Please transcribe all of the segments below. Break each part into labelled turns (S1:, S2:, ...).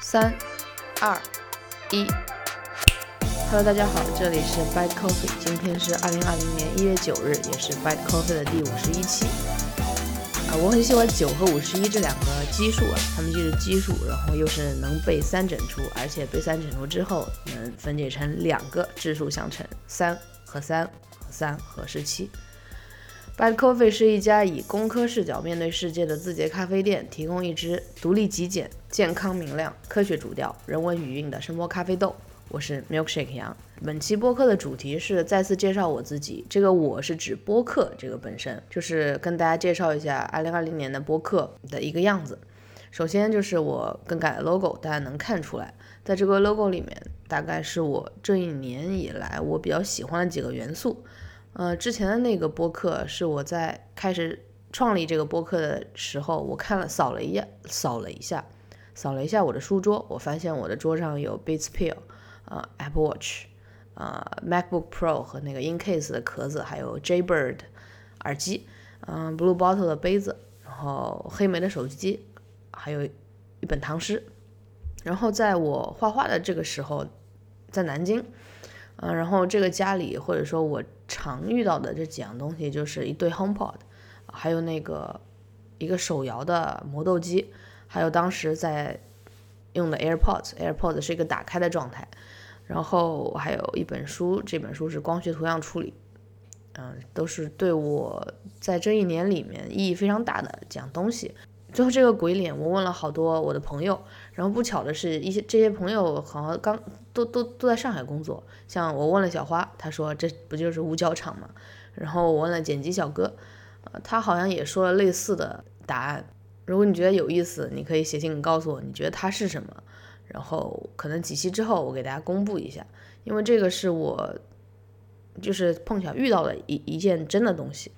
S1: 3、2、1。Hello， 大家好，这里是 Byte Coffee， 今天是2020年1月9日，也是 Byte Coffee 的第51期。我很喜欢9和51这两个基数它们既是基数，然后又是能被3整除，而且被3整除之后能分解成2个质数相乘，3和3和3和17。Byte Coffee 是一家以工科视角面对世界的字节咖啡店，提供一支独立极简、健康明亮、科学主调、人文语韵的声波咖啡豆。我是 Milkshake 杨。本期播客的主题是再次介绍我自己，这个我是指播客这个本身，就是跟大家介绍一下2020年的播客的一个样子。首先就是我更改了 logo， 大家能看出来，在这个 logo 里面大概是我这一年以来我比较喜欢的几个元素。之前的那个播客是我在开始创立这个播客的时候，我扫了一下我的书桌，我发现我的桌上有 Beats Pill、Apple Watch、MacBook Pro 和那个 InCase 的壳子，还有 Jaybird 耳机、Blue Bottle 的杯子，然后黑莓的手机，还有一本唐诗。然后在我画画的这个时候，在南京。然后这个家里或者说我常遇到的这几样东西就是一对 HomePod， 还有一个手摇的磨豆机，还有当时在用的 AirPods 是一个打开的状态，然后还有一本书，这本书是光学图像处理，都是对我在这一年里面意义非常大的几样东西。最后这个鬼脸我问了好多我的朋友，然后不巧的是这些朋友好像都在上海工作，像我问了小花，他说这不就是五角场吗？然后我问了剪辑小哥，他好像也说了类似的答案。如果你觉得有意思，你可以写信告诉我你觉得它是什么，然后可能几期之后我给大家公布一下，因为这个是我就是碰巧遇到的一件真的东西。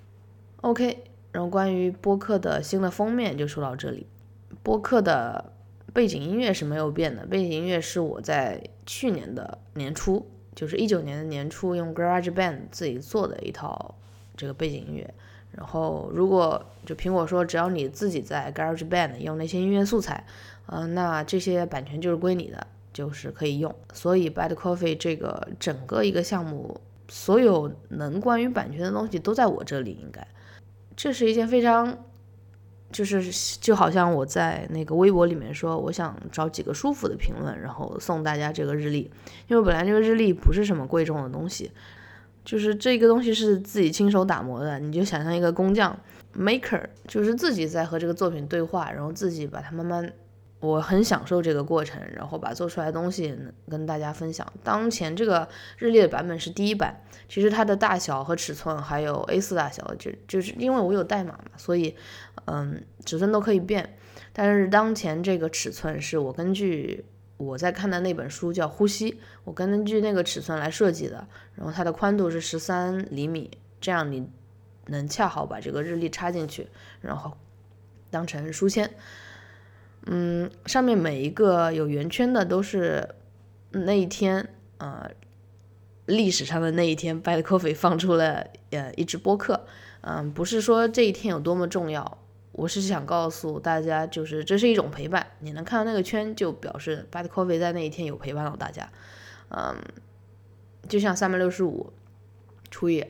S1: OK，然后关于播客的新的封面就说到这里。播客的背景音乐是没有变的，背景音乐是我在去年的年初，就是19年的年初用 GarageBand 自己做的一套这个背景音乐。然后如果就苹果说只要你自己在 GarageBand 用那些音乐素材，那这些版权就是归你的，就是可以用。所以 Byte Coffee 这个整个一个项目，所有能关于版权的东西都在我这里，应该这是一件非常就好像我在那个微博里面说我想找几个舒服的评论，然后送大家这个日历，因为本来这个日历不是什么贵重的东西，就是这个东西是自己亲手打磨的，你就想象一个工匠 maker， 就是自己在和这个作品对话，然后自己把它慢慢，我很享受这个过程，然后把做出来的东西跟大家分享。当前这个日历的版本是第1版，其实它的大小和尺寸还有 A4 大小，就是因为我有代码嘛，所以尺寸都可以变。但是当前这个尺寸是我根据我在看的那本书叫呼吸，我根据那个尺寸来设计的，然后它的宽度是13厘米，这样你能恰好把这个日历插进去，然后当成书签。上面每一个有圆圈的都是那一天历史上的那一天 Byte Coffee 放出了一支播客。不是说这一天有多么重要，我是想告诉大家，就是这是一种陪伴，你能看到那个圈就表示 Byte Coffee 在那一天有陪伴到大家。就像365除以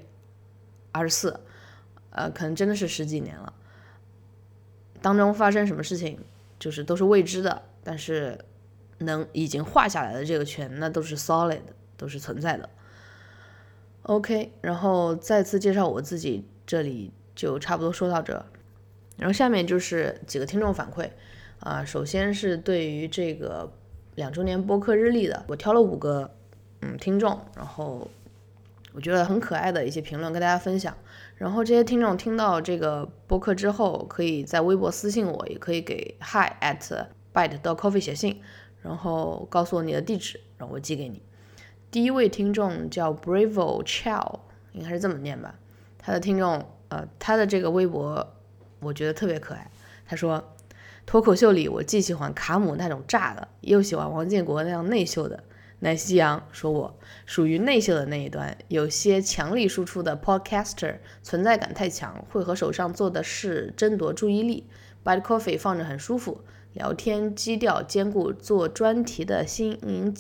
S1: 24，可能真的是10几年了，当中发生什么事情就是都是未知的，但是已经画下来的这个圈那都是 solid， 都是存在的。OK， 然后再次介绍我自己，这里就差不多说到这。然后下面就是几个听众反馈首先是对于这个2周年播客日历的，我挑了5个听众，然后我觉得很可爱的一些评论跟大家分享。然后这些听众听到这个播客之后，可以在微博私信我，也可以给 hi@byte.coffee 写信，然后告诉我你的地址，然后我寄给你。第一位听众叫 Bravo Chow， 应该是这么念吧。他的这个微博我觉得特别可爱。他说，脱口秀里我既喜欢卡姆那种炸的，又喜欢王建国那样内秀的。乃西洋说我属于内秀的那一端，有些强力输出的 podcaster 存在感太强，会和手上做的事争夺注意力。Byte Coffee 放着很舒服， 聊天基调兼顾做专题的新颖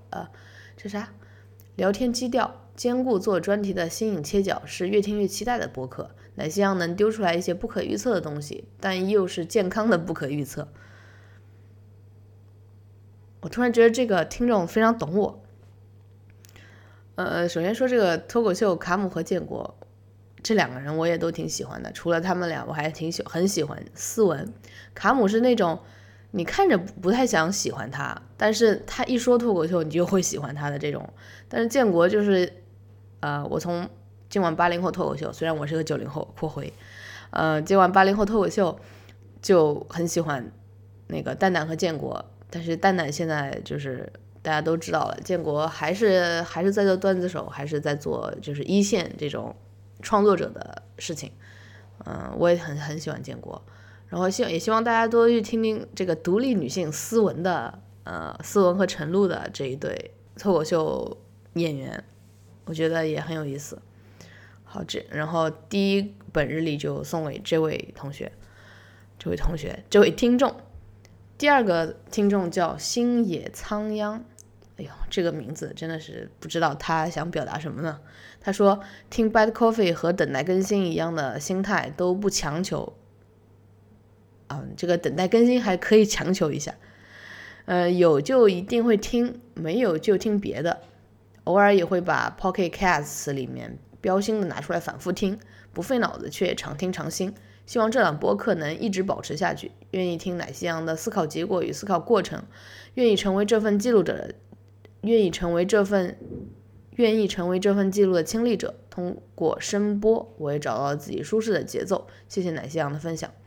S1: 聊天基调兼顾做专题的新颖切角，是越听越期待的播客。奶昔羊能丢出来一些不可预测的东西，但又是健康的不可预测。我突然觉得这个听众非常懂我。首先说这个脱口秀卡姆和建国这两个人我也都挺喜欢的，除了他们俩我还很喜欢斯文。卡姆是那种你看着不太想喜欢他，但是他一说脱口秀你就会喜欢他的这种。但是建国就是我从今晚80后脱口秀，虽然我是个90后括回今晚80后脱口秀就很喜欢那个蛋蛋和建国，但是蛋蛋现在就是大家都知道了，建国还是在做段子手，还是在做就是一线这种创作者的事情。我也很喜欢建国，然后也希望大家多去听听这个独立女性斯文和陈露的这一对脱口秀演员，我觉得也很有意思。好，然后第一本日历就送给这位听众。第二个听众叫星野仓央，哎呦，这个名字真的是不知道他想表达什么呢。他说听 Bad Coffee 和等待更新一样的心态，都不强求这个等待更新还可以强求一下，有就一定会听，没有就听别的，偶尔也会把 Pocket Casts 里面标新的拿出来反复听，不费脑子却常听常新。希望这档播客能一直保持下去，愿意听奶昔羊的思考结果与思考过程，愿意成为这份记录者，愿意成为这份记录的亲历者。通过声波我也找到了自己舒适的节奏，谢谢奶昔羊的分享。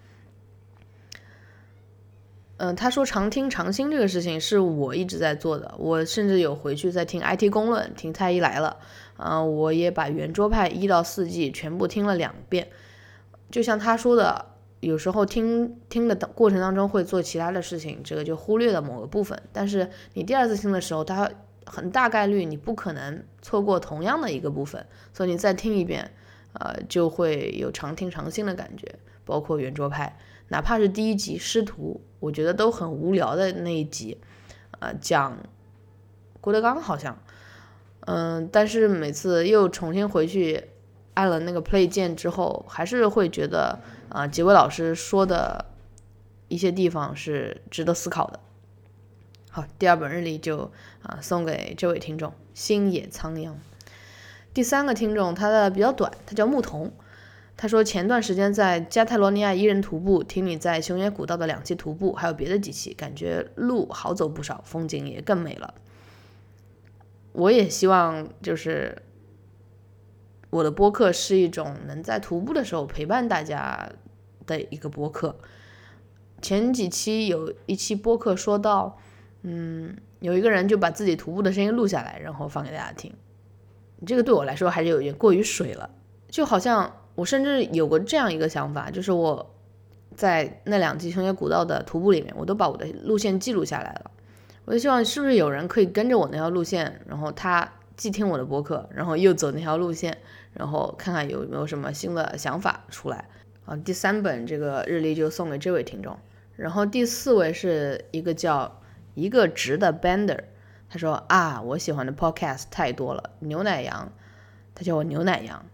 S1: 他说常听常新这个事情是我一直在做的，我甚至有回去在听 IT 公论，听太医来了，我也把圆桌派1到4季全部听了2遍。就像他说的，有时候听的过程当中会做其他的事情，这个就忽略了某个部分，但是你第二次听的时候，它很大概率你不可能错过同样的一个部分，所以你再听一遍就会有常听常新的感觉。包括圆桌派，哪怕是第1集师徒，我觉得都很无聊的那一集讲郭德纲好像但是每次又重新回去按了那个 play 键之后，还是会觉得几位老师说的一些地方是值得思考的。好，第二本日历就送给这位听众星野仓央。第3个听众他的比较短，他叫牧童。他说前段时间在加泰罗尼亚1人徒步，听你在熊野古道的2期徒步，还有别的几期，感觉路好走不少，风景也更美了。我也希望就是我的播客是一种能在徒步的时候陪伴大家的一个播客。前几期有一期播客说到有一个人就把自己徒步的声音录下来，然后放给大家听，这个对我来说还是有点过于水了。就好像我甚至有过这样一个想法，就是我在那2期熊野古道的徒步里面，我都把我的路线记录下来了。我就希望是不是有人可以跟着我那条路线，然后他既听我的播客，然后又走那条路线，然后看看有没有什么新的想法出来。第3本这个日历就送给这位听众。然后第4位是一个叫一个直的 Bender， 他说我喜欢的 podcast 太多了，牛奶羊，他叫我牛奶羊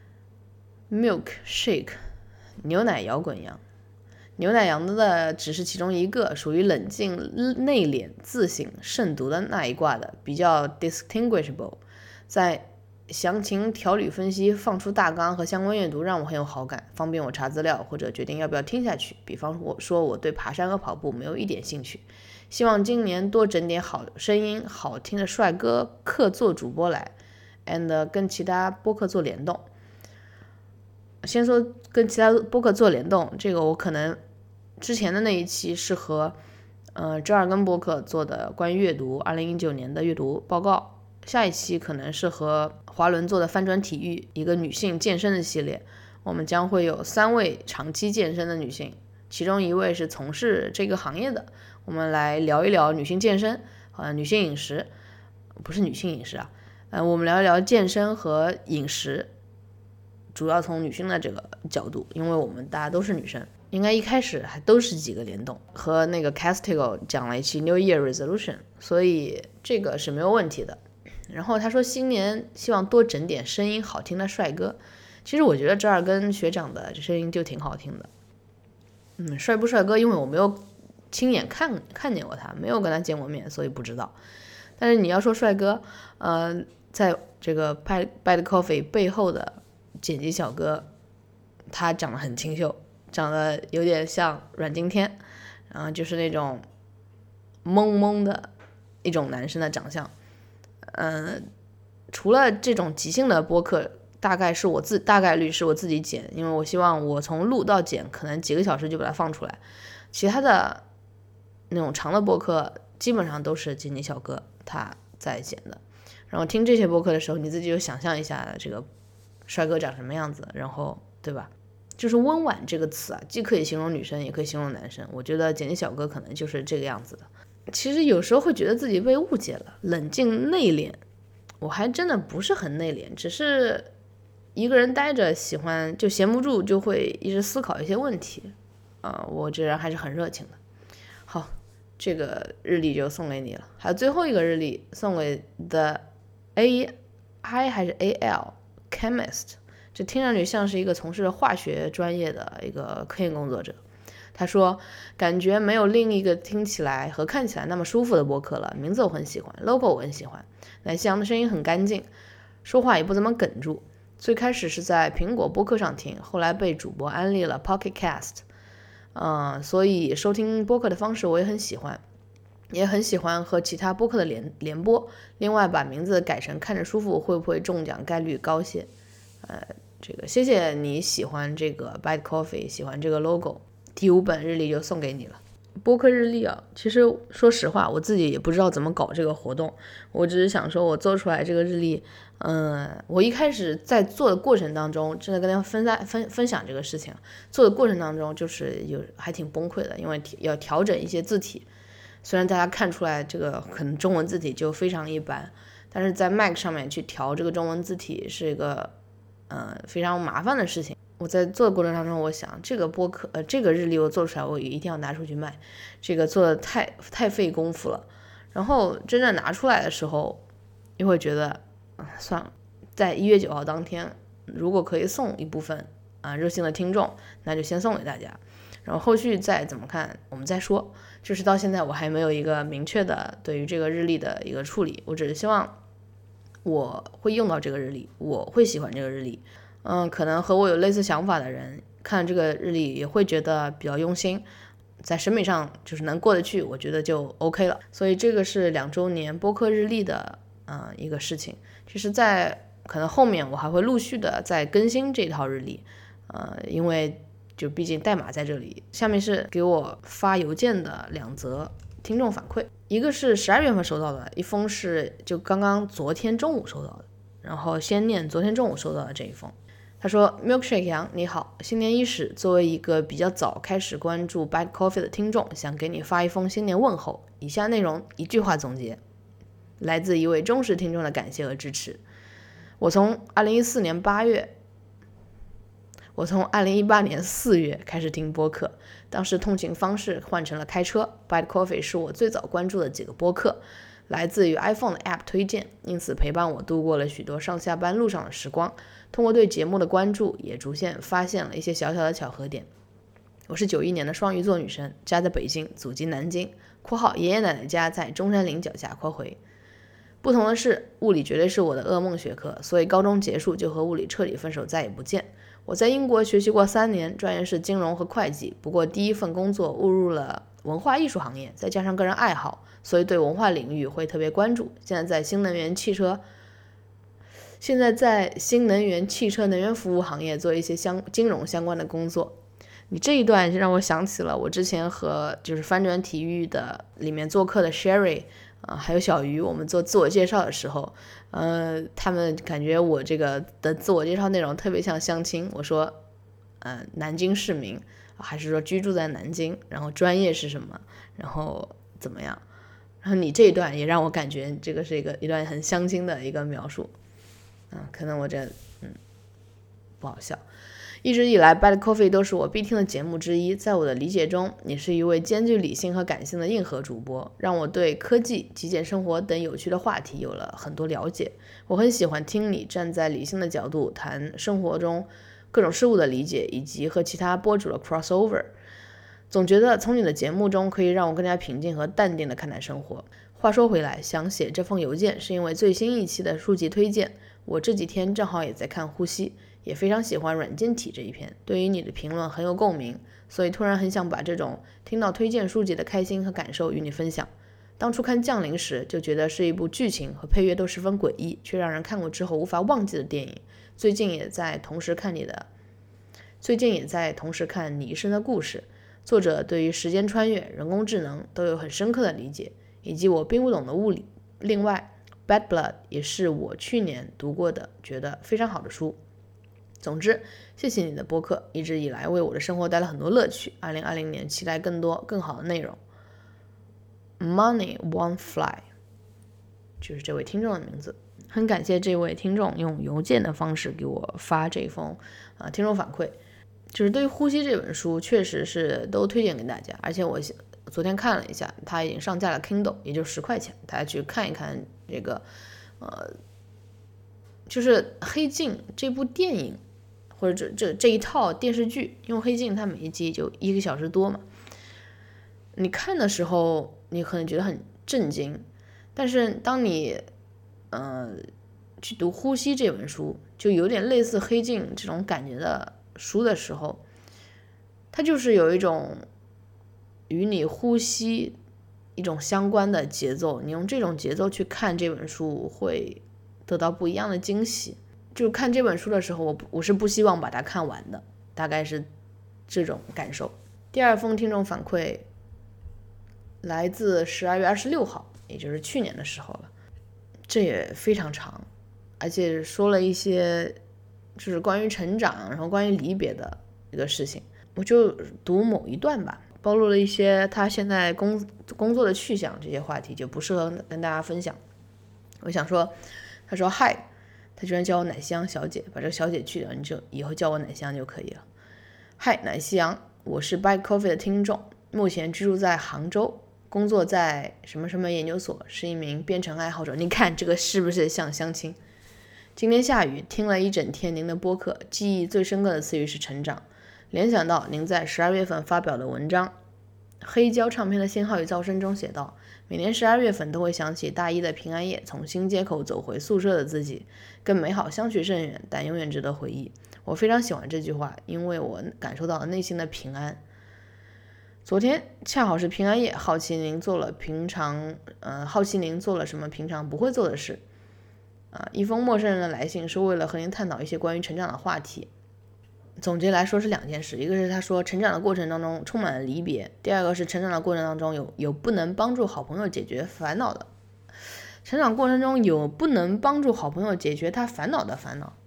S1: ，Milk Shake， 牛奶摇滚羊。牛奶羊的只是其中一个，属于冷静内敛自省慎独的那一挂的，比较 distinguishable， 在详情条理分析放出大纲和相关阅读让我很有好感，方便我查资料或者决定要不要听下去。比方说我对爬山和跑步没有一点兴趣，希望今年多整点好声音好听的帅哥客座主播来 and 跟其他播客做联动。先说跟其他播客做联动，这个我可能之前的那一期是和折耳根播客做的关于阅读2019年的阅读报告，下一期可能是和华伦做的翻转体育一个女性健身的系列，我们将会有3位长期健身的女性，其中1位是从事这个行业的，我们来聊一聊女性健身女性饮食，不是女性饮食我们聊一聊健身和饮食主要从女性的这个角度，因为我们大家都是女生，应该一开始还都是几个联动，和那个 Castigo 讲了一期 New Year Resolution， 所以这个是没有问题的。然后他说新年希望多整点声音好听的帅哥，其实我觉得这儿跟学长的声音就挺好听的。帅不帅哥，因为我没有亲眼看见过他，没有跟他见过面，所以不知道。但是你要说帅哥，在这个 Bad Coffee 背后的剪辑小哥，他长得很清秀，长得有点像阮经天，然后就是那种懵懵的一种男生的长相。除了这种即兴的播客，大概率是我自己剪，因为我希望我从录到剪可能几个小时就把它放出来。其他的那种长的播客基本上都是剪辑小哥他在剪的。然后听这些播客的时候，你自己就想象一下这个帅哥长什么样子，然后对吧？就是温婉这个词啊，既可以形容女生，也可以形容男生。我觉得剪辑小哥可能就是这个样子的。其实有时候会觉得自己被误解了，冷静内敛，我还真的不是很内敛，只是一个人待着喜欢就闲不住，就会一直思考一些问题。我这人还是很热情的。好，这个日历就送给你了，还有最后一个日历送给 The AI 还是 AL Chemist， 这听上去像是一个从事化学专业的一个科研工作者。他说感觉没有另一个听起来和看起来那么舒服的播客了，名字我很喜欢， logo 我很喜欢，乃夕阳的声音很干净，说话也不怎么哽住。最开始是在苹果播客上听，后来被主播安利了 Pocket Cast，所以收听播客的方式我也很喜欢，也很喜欢和其他播客的联播。另外把名字改成看着舒服，会不会中奖概率高些？这个谢谢你喜欢这个 Bad Coffee， 喜欢这个 logo。第5本日历就送给你了。播客日历啊，其实说实话我自己也不知道怎么搞这个活动，我只是想说我做出来这个日历，我一开始在做的过程当中，真的跟大家分享这个事情，做的过程当中就是还挺崩溃的，因为要调整一些字体，虽然大家看出来这个可能中文字体就非常一般，但是在 Mac 上面去调这个中文字体是一个非常麻烦的事情。我在做的过程当中，我想这个播客这个日历我做出来，我一定要拿出去卖，这个做的太费功夫了。然后真正拿出来的时候，又会觉得算了，在1月9号当天，如果可以送一部分热心的听众，那就先送给大家，然后后续再怎么看我们再说。就是到现在我还没有一个明确的对于这个日历的一个处理，我只是希望我会用到这个日历，我会喜欢这个日历。可能和我有类似想法的人看这个日历也会觉得比较用心，在审美上就是能过得去，我觉得就 OK 了。所以这个是2周年播客日历的一个事情。其实在可能后面我还会陆续的再更新这套日历，因为就毕竟代码在这里。下面是给我发邮件的2则听众反馈，一个是12月份收到的，一封是就刚刚昨天中午收到的，然后先念昨天中午收到的这一封。他说 Milkshake 杨你好，新年伊始，作为一个比较早开始关注 Bad Coffee 的听众，想给你发一封新年问候。以下内容一句话总结，来自一位忠实听众的感谢和支持。我从2018年4月开始听播客，当时通勤方式换成了开车。Bad Coffee 是我最早关注的几个播客，来自于 iPhone 的 App 推荐，因此陪伴我度过了许多上下班路上的时光。通过对节目的关注，也逐渐发现了一些小小的巧合点。我是91年的双鱼座女生，家在北京，祖籍南京（括号爷爷奶奶家在中山陵脚下）括回。不同的是，物理绝对是我的噩梦学科，所以高中结束就和物理彻底分手，再也不见。我在英国学习过3年，专业是金融和会计，不过第一份工作误入了文化艺术行业，再加上个人爱好，所以对文化领域会特别关注。现在在新能源汽车能源服务行业做一些金融相关的工作。你这一段让我想起了我之前和就是翻转体育的里面做客的 Sherry还有小鱼，我们做自我介绍的时候，他们感觉我这个的自我介绍内容特别像相亲。我说南京市民，还是说居住在南京，然后专业是什么，然后怎么样。然后你这一段也让我感觉这个是一段很相亲的一个描述。可能我这不好笑。一直以来 Bad Coffee 都是我必听的节目之一，在我的理解中，你是一位兼具理性和感性的硬核主播，让我对科技、极简生活等有趣的话题有了很多了解。我很喜欢听你站在理性的角度谈生活中各种事物的理解，以及和其他播主的 crossover。总觉得从你的节目中可以让我更加平静和淡定地看待生活。话说回来，想写这封邮件是因为最新一期的书籍推荐，我这几天正好也在看《呼吸》，也非常喜欢软件体这一篇，对于你的评论很有共鸣，所以突然很想把这种听到推荐书籍的开心和感受与你分享。当初看《降临》时就觉得是一部剧情和配乐都十分诡异，却让人看过之后无法忘记的电影。最近也在同时看你一生的故事，作者对于时间穿越、人工智能都有很深刻的理解，以及我并不懂的物理。另外 Bad Blood 也是我去年读过的觉得非常好的书。总之，谢谢你的播客，一直以来为我的生活带来很多乐趣。2020年期待更多更好的内容。Money Won't Fly 就是这位听众的名字。很感谢这位听众用邮件的方式给我发这封听众反馈。就是对于《呼吸》这本书，确实是都推荐给大家，而且我昨天看了一下，它已经上架了 Kindle， 也就10块钱，大家去看一看这个就是《黑镜》这部电影或者这一套电视剧，因为《黑镜》它每一集就1个小时多嘛，你看的时候你可能觉得很震惊，但是当你去读《呼吸》这本书，就有点类似《黑镜》这种感觉的书的时候，它就是有一种与你呼吸一种相关的节奏，你用这种节奏去看这本书会得到不一样的惊喜。就看这本书的时候，我是不希望把它看完的，大概是这种感受。第二封听众反馈来自12月26号，也就是去年的时候了，这也非常长，而且说了一些就是关于成长，然后关于离别的一个事情。我就读某一段吧，暴露了一些他现在工作的去向，这些话题就不适合跟大家分享。我想说，他说嗨，他居然叫我奶香小姐，把这个小姐去掉，你就以后叫我奶香就可以了。嗨，奶西洋，我是 Bad Coffee 的听众，目前居住在杭州，工作在什么什么研究所，是一名编程爱好者。你看这个是不是像相亲？今天下雨，听了一整天您的播客，记忆最深刻的词语是成长，联想到您在12月份发表的文章《黑胶唱片的信号与噪声》中写道，每年12月份都会想起大一的平安夜，从新街口走回宿舍的自己，跟美好相去甚远，但永远值得回忆。我非常喜欢这句话，因为我感受到了内心的平安。昨天恰好是平安夜，好奇您做了什么平常不会做的事。一封陌生人的来信是为了和您探讨一些关于成长的话题。总结来说是2件事，一个是他说成长的过程当中充满了离别，第二个是成长的过程当中有不能帮助好朋友解决烦恼的。成长过程中有不能帮助好朋友解决他烦恼的烦恼。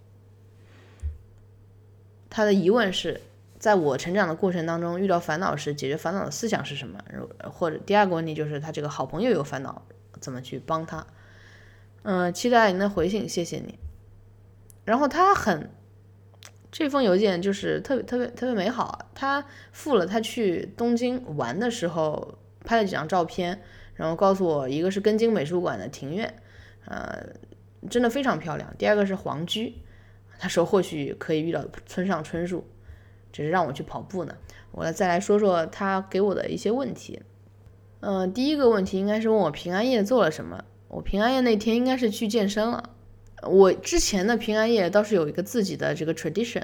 S1: 他的疑问是，在我成长的过程当中遇到烦恼时，解决烦恼的思想是什么？或者第二个问题就是他这个好朋友有烦恼，怎么去帮他？期待您的回信，谢谢你。然后这封邮件就是特别美好，他附了他去东京玩的时候拍了几张照片，然后告诉我，一个是根津美术馆的庭院，真的非常漂亮。第二个是皇居，他说或许可以遇到村上春树，只是让我去跑步呢。我再来说说他给我的一些问题。第一个问题应该是问我平安夜做了什么。我平安夜那天应该是去健身了。我之前的平安夜倒是有一个自己的这个 tradition，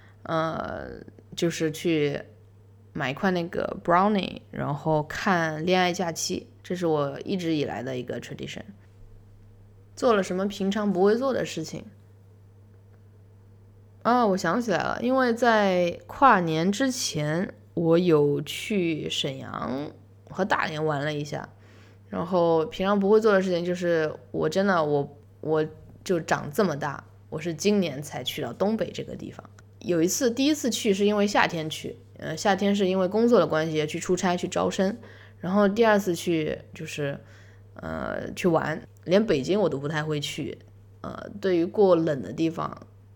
S1: 就是去买一块那个 brownie， 然后看恋爱假期，这是我一直以来的一个 tradition。做了什么平常不会做的事情？我想起来了，因为在跨年之前，我有去沈阳和大连玩了一下。然后平常不会做的事情就是我就长这么大，我是今年才去到东北这个地方。第一次去是因为夏天去，夏天是因为工作的关系去出差去招生，然后第二次去就是去玩，连北京我都不太会去，对于过冷的地方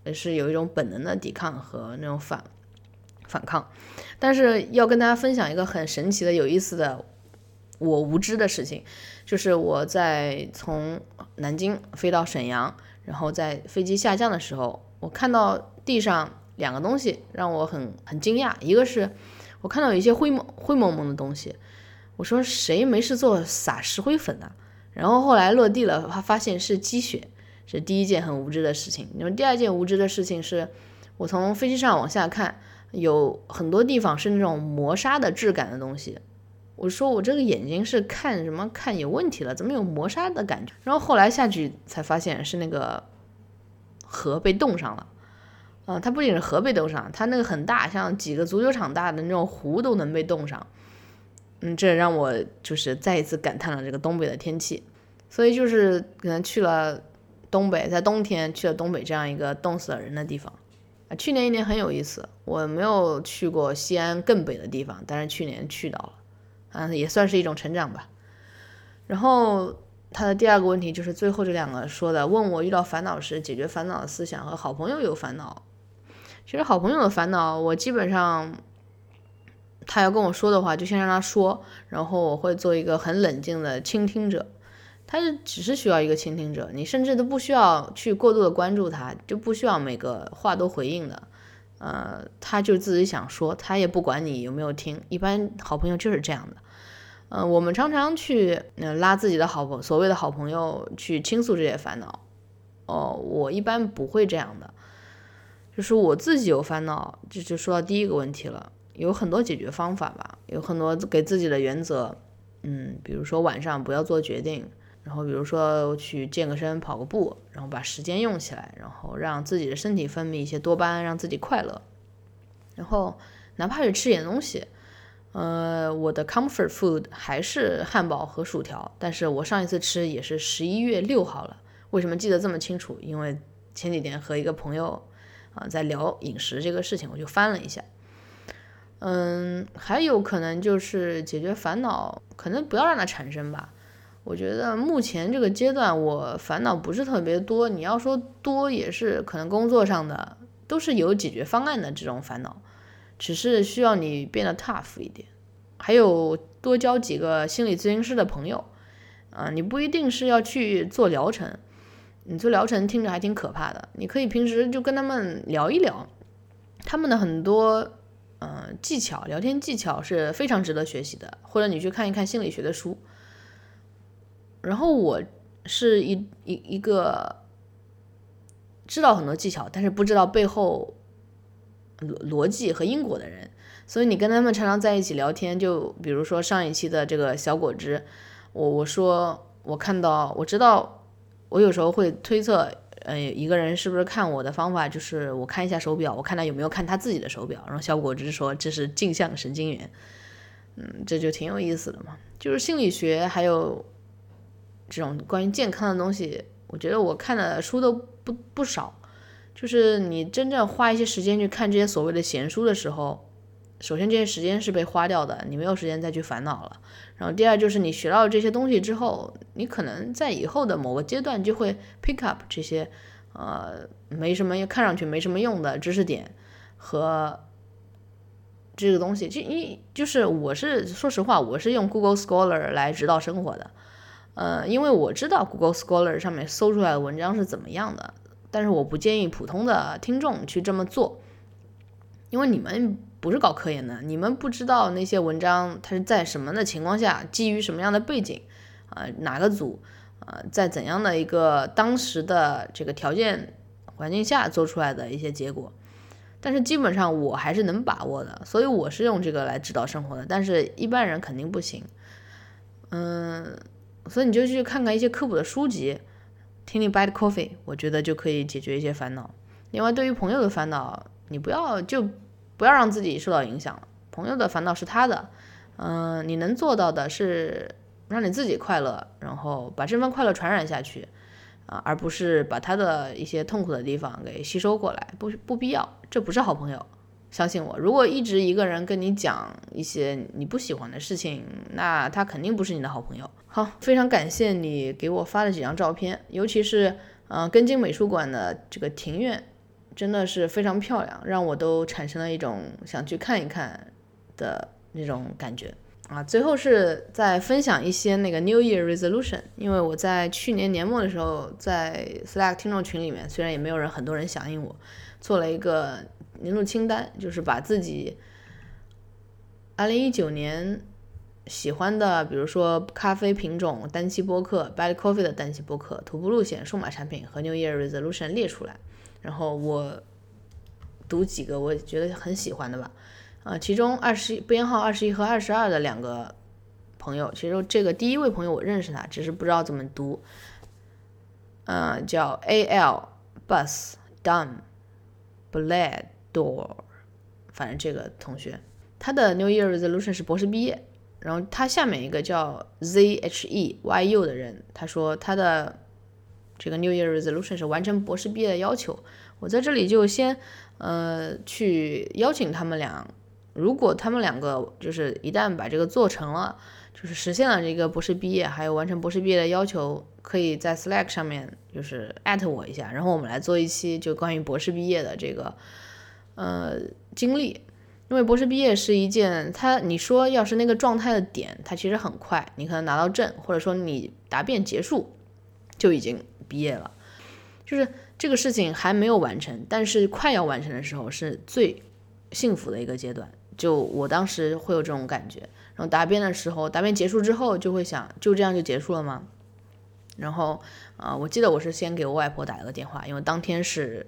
S1: 也是有一种本能的抵抗和那种反抗。但是要跟大家分享一个很神奇的有意思的我无知的事情，就是我在从南京飞到沈阳，然后在飞机下降的时候，我看到地上2个东西让我很惊讶。一个是我看到有一些灰蒙蒙的东西，我说谁没事做撒石灰粉呢？然后后来落地了，发现是积雪，是第一件很无知的事情。第二件无知的事情是我从飞机上往下看，有很多地方是那种磨砂的质感的东西。我说我这个眼睛是看有问题了，怎么有磨砂的感觉？然后后来下去才发现是那个河被冻上了。它不仅是河被冻上，它那个很大，像几个足球场大的那种湖都能被冻上。这让我就是再一次感叹了这个东北的天气。所以就是可能去了东北，在冬天去了东北这样一个冻死了人的地方。去年1年很有意思，我没有去过西安更北的地方，但是去年去到了，也算是一种成长吧。然后他的第二个问题就是最后这2个说的，问我遇到烦恼时解决烦恼的思想和好朋友有烦恼。其实好朋友的烦恼，我基本上他要跟我说的话就先让他说，然后我会做一个很冷静的倾听者。他只是需要一个倾听者，你甚至都不需要去过度的关注他，就不需要每个话都回应的。他就自己想说，他也不管你有没有听，一般好朋友就是这样的。我们常常去拉自己的所谓的好朋友去倾诉这些烦恼。我一般不会这样的，就是我自己有烦恼，就说到第一个问题了，有很多解决方法吧，有很多给自己的原则。比如说晚上不要做决定，然后比如说去健个身跑个步，然后把时间用起来，然后让自己的身体分泌一些多巴胺，让自己快乐。然后哪怕是吃点东西，我的 comfort food 还是汉堡和薯条，但是我上一次吃也是11月6号了。为什么记得这么清楚？因为前几天和一个朋友在聊饮食这个事情，我就翻了一下。还有可能就是解决烦恼，可能不要让它产生吧。我觉得目前这个阶段我烦恼不是特别多，你要说多也是可能工作上的都是有解决方案的这种烦恼，只是需要你变得 tough 一点。还有多交几个心理咨询师的朋友。你不一定是要去做疗程，你做疗程听着还挺可怕的，你可以平时就跟他们聊一聊，他们的很多技巧，聊天技巧是非常值得学习的，或者你去看一看心理学的书。然后我是一个知道很多技巧，但是不知道背后逻辑和因果的人，所以你跟他们常常在一起聊天，就比如说上一期的这个小果汁，我说我看到，我知道，我有时候会推测，一个人是不是看我的方法就是我看一下手表，我看他有没有看他自己的手表，然后小果汁说这是镜像神经元。这就挺有意思的嘛，就是心理学还有这种关于健康的东西，我觉得我看的书都不少。就是你真正花一些时间去看这些所谓的闲书的时候，首先这些时间是被花掉的，你没有时间再去烦恼了。然后第二就是你学到这些东西之后，你可能在以后的某个阶段就会 pick up 这些没什么看上去没什么用的知识点和这个东西。就是我是说实话，我是用 Google Scholar 来指导生活的。因为我知道 Google Scholar 上面搜出来的文章是怎么样的，但是我不建议普通的听众去这么做，因为你们不是搞科研的，你们不知道那些文章它是在什么的情况下，基于什么样的背景，哪个组，在怎样的一个当时的这个条件环境下做出来的一些结果。但是基本上我还是能把握的，所以我是用这个来指导生活的，但是一般人肯定不行。所以你就去看看一些科普的书籍，听听 Bad Coffee， 我觉得就可以解决一些烦恼。另外对于朋友的烦恼，你不要让自己受到影响了，朋友的烦恼是他的，你能做到的是让你自己快乐，然后把这份快乐传染下去，而不是把他的一些痛苦的地方给吸收过来，不必要，这不是好朋友。相信我，如果一直一个人跟你讲一些你不喜欢的事情，那他肯定不是你的好朋友。好，非常感谢你给我发的几张照片，尤其是根津美术馆的这个庭院， 真的是非常漂亮，让我都产生了一种想去看一看的那种感觉啊。最后是再分享一些那个 New Year Resolution， 因为我在去年年末的时候在 Slack 听众群里面，虽然也没有很多人响应我，做了一个年度清单，就是把自己2019年喜欢的，比如说咖啡品种、单期播客、Bad Coffee 的单期播客、徒步路线、数码产品和 New Year Resolution 列出来，然后我读几个我觉得很喜欢的吧。其中编号21和22的2个朋友，其实这个第一位朋友我认识他，只是不知道怎么读，叫 AL Bus Dum Blador， 反正这个同学他的 New Year Resolution 是博士毕业。然后他下面一个叫 ZHEYU 的人，他说他的这个 New Year Resolution 是完成博士毕业的要求。我在这里就先去邀请他们俩，如果他们2个就是一旦把这个做成了，就是实现了这个博士毕业还有完成博士毕业的要求，可以在 Slack 上面就是@我一下，然后我们来做一期就关于博士毕业的这个经历。因为博士毕业是一件，你说要是那个状态的点，它其实很快，你可能拿到证，或者说你答辩结束就已经毕业了，就是这个事情还没有完成，但是快要完成的时候是最幸福的一个阶段，就我当时会有这种感觉。然后答辩的时候，答辩结束之后就会想，就这样就结束了吗？然后我记得我是先给我外婆打了个电话，因为当天是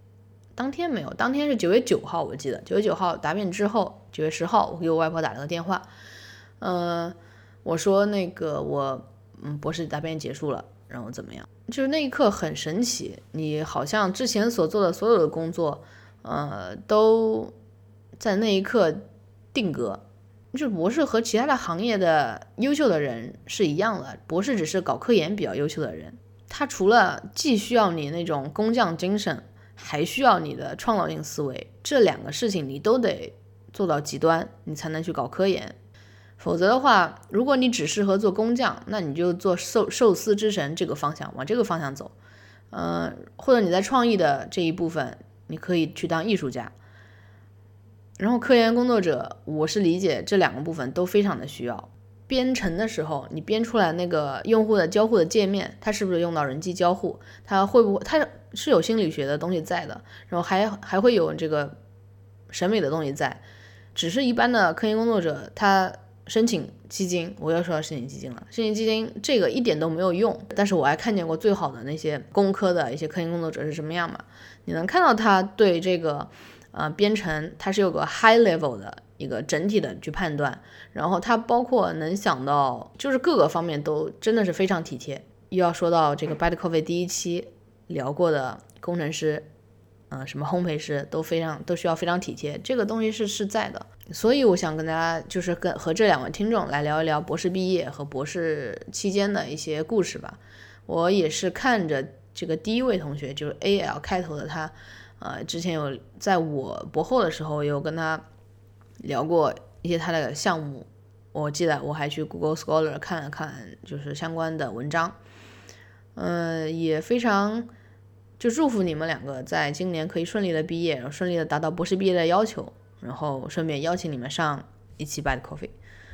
S1: 9月9号，我记得9月9号答辩之后，9月10号我给我外婆打了个电话，我说那个我博士答辩结束了，然后怎么样？就是那一刻很神奇，你好像之前所做的所有的工作，都在那一刻定格。就是博士和其他的行业的优秀的人是一样的，博士只是搞科研比较优秀的人，他除了既需要你那种工匠精神，还需要你的创造性思维，这2个事情你都得做到极端，你才能去搞科研。否则的话，如果你只适合做工匠，那你就做寿司之神这个方向，往这个方向走。或者你在创意的这一部分，你可以去当艺术家。然后科研工作者，我是理解这2个部分都非常的需要。编程的时候，你编出来那个用户的交互的界面，它是不是用到人机交互？它会不会它是有心理学的东西在的，然后还会有这个审美的东西在。只是一般的科研工作者，他申请基金，我又说要申请基金了，申请基金这个一点都没有用。但是我还看见过最好的那些工科的一些科研工作者是什么样嘛？你能看到他对这个编程，它是有个 high level 的一个整体的去判断，然后它包括能想到就是各个方面都真的是非常体贴。又要说到这个 Bad Coffee 第1期聊过的工程师，什么烘焙师都需要非常体贴，这个东西是在的。所以我想跟大家就是和这2位听众来聊一聊博士毕业和博士期间的一些故事吧。我也是看着这个第一位同学就是 AL 开头的他，之前有在我博后的时候有跟他聊过一些他的项目，我记得我还去 Google Scholar 看了看就是相关的文章，也非常就祝福你们2个在今年可以顺利的毕业，然后顺利的达到博士毕业的要求，然后顺便邀请你们上一期 Bad Coffee，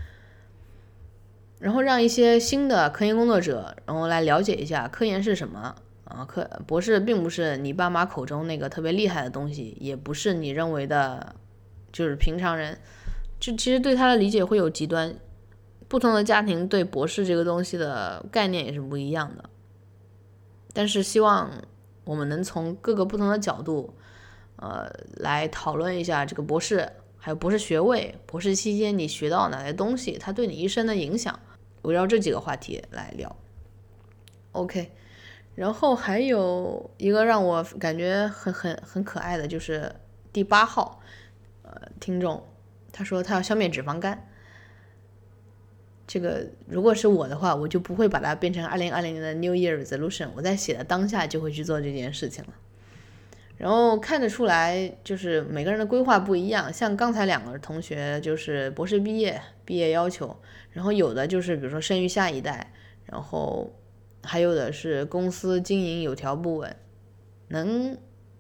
S1: 然后让一些新的科研工作者然后来了解一下科研是什么。博士并不是你爸妈口中那个特别厉害的东西，也不是你认为的就是平常人，就其实对他的理解会有极端，不同的家庭对博士这个东西的概念也是不一样的。但是希望我们能从各个不同的角度来讨论一下这个博士还有博士学位，博士期间你学到哪些东西，它对你一生的影响，围绕这几个话题来聊。 OK，然后还有一个让我感觉很可爱的，就是第8号听众，他说他要消灭脂肪肝。这个如果是我的话，我就不会把它变成2020年的 New Year Resolution， 我在写的当下就会去做这件事情了。然后看得出来就是每个人的规划不一样，像刚才2个同学就是博士毕业要求，然后有的就是比如说生育下一代，然后还有的是公司经营有条不紊，能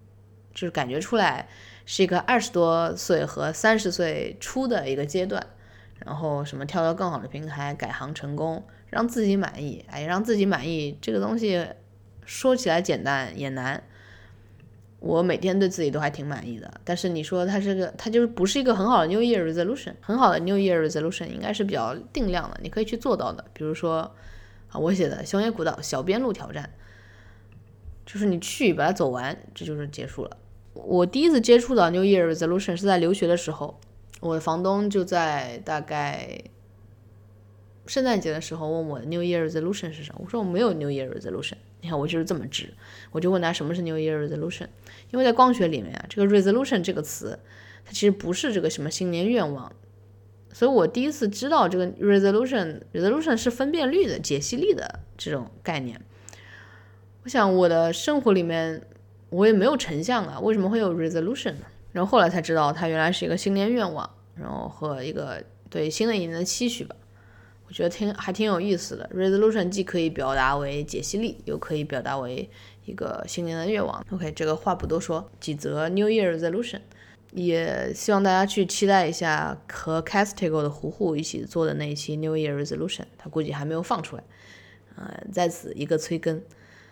S1: 就是感觉出来是一个20多岁和30岁初的一个阶段，然后什么跳到更好的平台，改行成功，让自己满意。让自己满意这个东西说起来简单也难，我每天对自己都还挺满意的，但是你说它就是不是一个很好的 New Year Resolution。 很好的 New Year Resolution 应该是比较定量的，你可以去做到的。比如说我写的熊野古道小边路挑战，就是你去把它走完，这就是结束了。我第一次接触到 New Year Resolution 是在留学的时候，我的房东就在大概圣诞节的时候问我 New Year Resolution 是什么，我说我没有 New Year Resolution。你看我就是这么直，我就问他什么是 New Year Resolution。 因为在光学里面这个 resolution 这个词它其实不是这个什么新年愿望，所以我第一次知道这个 resolution 是分辨率的解析力的这种概念。我想我的生活里面我也没有成像啊，为什么会有 resolution 呢？然后后来才知道它原来是一个新年愿望，然后和一个对新的一年的期许吧。我觉得还挺有意思的。 resolution 既可以表达为解析力，又可以表达为一个新年的愿望。 OK， 这个话不多说，几则 New Year Resolution。 也希望大家去期待一下和 Castigo 的胡胡一起做的那一期 New Year Resolution， 他估计还没有放出来，在此一个催更。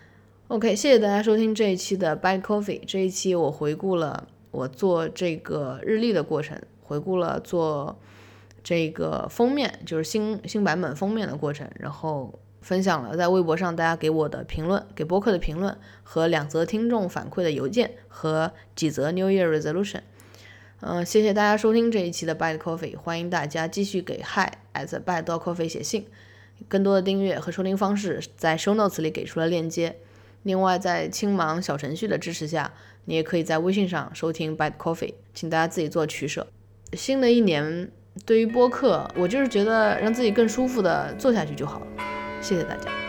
S1: OK， 谢谢大家收听这一期的 Bite Coffee。 这一期我回顾了我做这个日历的过程，回顾了做这个封面，就是新版本封面的过程，然后分享了在微博上大家给我的评论，给播客的评论，和2则听众反馈的邮件，和几则 New Year Resolution。谢谢大家收听这一期的 Bite Coffee， 欢迎大家继续给 hi@bite.coffee 写信。更多的订阅和收听方式在 show notes 里给出了链接。另外在青芒小程序的支持下，你也可以在微信上收听 Bite Coffee， 请大家自己做取舍。新的一年对于播客，我就是觉得让自己更舒服的做下去就好了。谢谢大家。